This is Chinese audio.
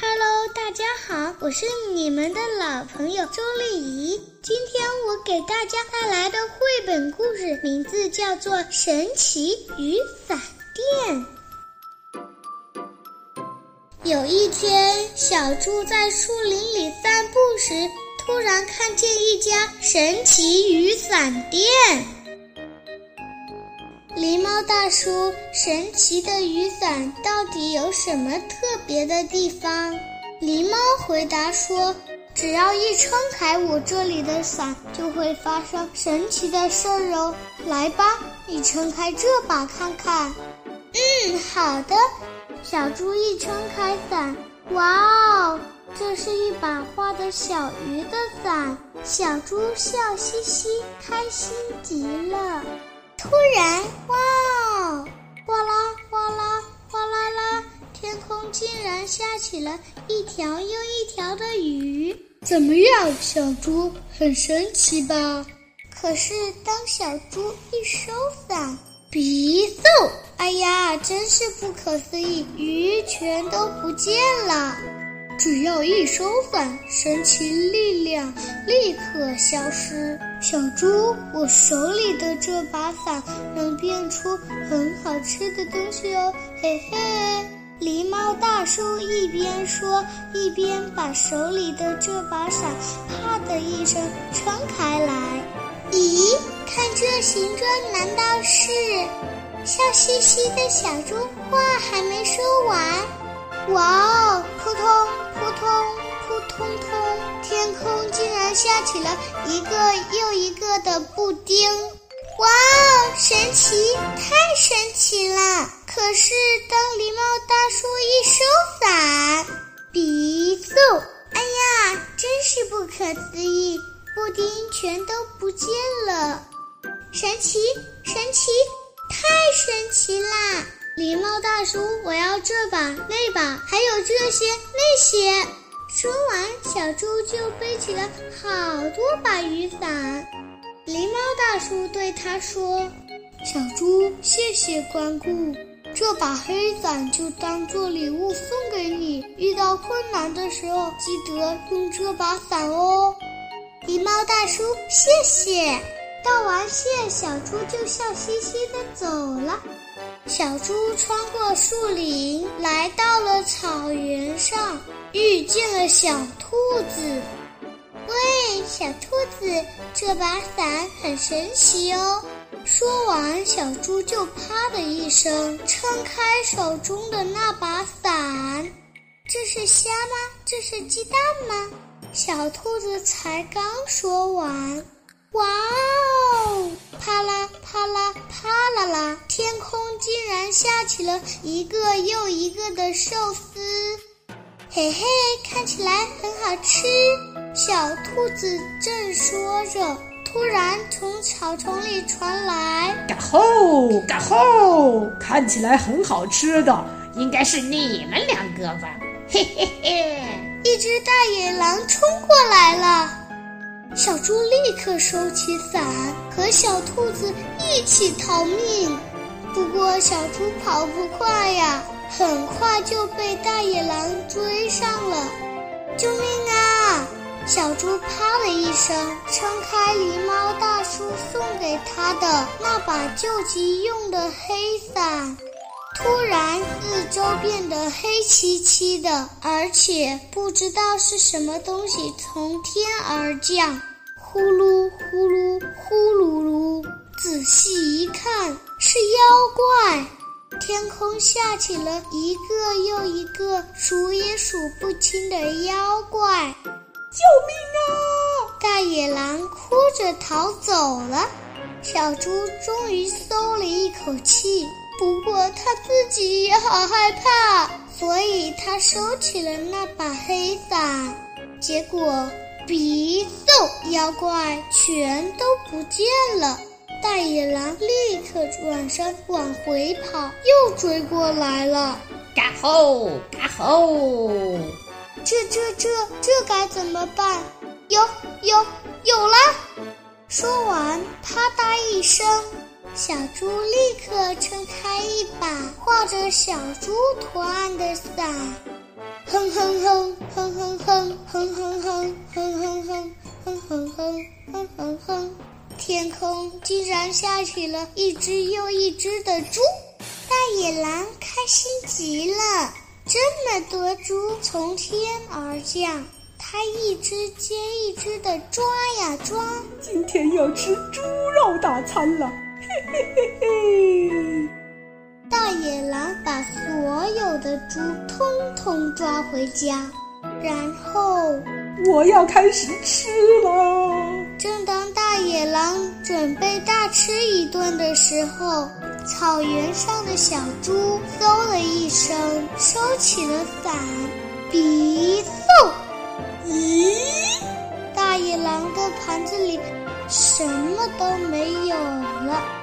Hello， 大家好，我是你们的老朋友周丽怡。今天我给大家带来的绘本故事名字叫做《神奇雨伞店》。有一天，小猪在树林里散步时，突然看见一家神奇雨伞店。狸猫大叔，神奇的雨伞到底有什么特别的地方？狸猫回答说，只要一撑开我这里的伞，就会发生神奇的事哦。来吧，你撑开这把看看。好的。小猪一撑开伞，哇哦，这是一把画的小鱼的伞。小猪笑嘻嘻，开心极了。突然，哇哦，哗啦哗啦哗啦啦，天空竟然下起了一条又一条的雨。怎么样，小猪，很神奇吧？可是当小猪一收伞，嗖，哎呀，真是不可思议，鱼全都不见了。只要一收伞，神奇力量立刻消失。小猪，我手里的这把伞能变出很好吃的东西哦，嘿嘿。狸猫大叔一边说，一边把手里的这把伞啪的一声撑开来。咦，看这形状，难道是？笑嘻嘻的小猪话还没说完，哇哦，扑通扑通扑通通，天空竟然下起了一个又一个的布丁。哇哦，神奇，太神奇了！可是当狸猫大叔一收伞，嗖，哎呀，真是不可思议，布丁全都不见了。神奇，神奇，太神奇啦！狸猫大叔，我要这把那把，还有这些那些。说完，小猪就背起了好多把雨伞。狸猫大叔对他说，小猪，谢谢光顾，这把黑伞就当做礼物送给你，遇到困难的时候记得用这把伞哦。狸猫大叔，谢谢。道完谢，小猪就笑嘻嘻地走了。小猪穿过树林，来到了草原上，遇见了小兔子。喂，小兔子，这把伞很神奇哦。说完，小猪就啪的一声撑开手中的那把伞。这是虾吗？这是鸡蛋吗？小兔子才刚说完，哇哦，啪啦啪啦啪啦啦，天空竟然下起了一个又一个的寿司。嘿嘿，看起来很好吃。小兔子正说着，突然从草丛里传来嘎吼嘎吼，看起来很好吃的，应该是你们两个吧，嘿嘿嘿。 一只大野狼冲过来了。小猪立刻收起伞，和小兔子一起逃命。不过小猪跑不快呀，很快就被大野狼追上了。救命啊！小猪啪的一声撑开狸猫大叔送给他的那把救急用的黑伞。突然四周变得黑漆漆的，而且不知道是什么东西从天而降，呼噜呼噜呼噜噜，仔细一看是妖怪。天空下起了一个又一个数也数不清的妖怪。救命啊！大野狼哭着逃走了。小猪终于松了一口气，不过他自己也好害怕，所以他收起了那把黑伞。结果嗖，妖怪全都不见了。大野狼立刻转身往回跑，又追过来了。 嘎吼嘎吼， 这该怎么办？有了！说完，啪嗒一声，小猪立刻撑开一把画着小猪图案的伞。 哼哼哼哼哼哼哼哼哼哼哼哼哼哼哼哼哼，天空竟然下起了一只又一只的猪。大野狼开心极了，这么多猪从天而降，它一只接一只的抓呀抓。 今天要吃猪肉大餐了，嘿嘿嘿嘿！ 大野狼把所有的猪通通抓回家，然后我要开始吃了。 正当大野狼准备大吃一顿的时候，草原上的小猪嗖了一声，收起了伞，嗶嗖！咦，大野狼的盘子里什么都没有了。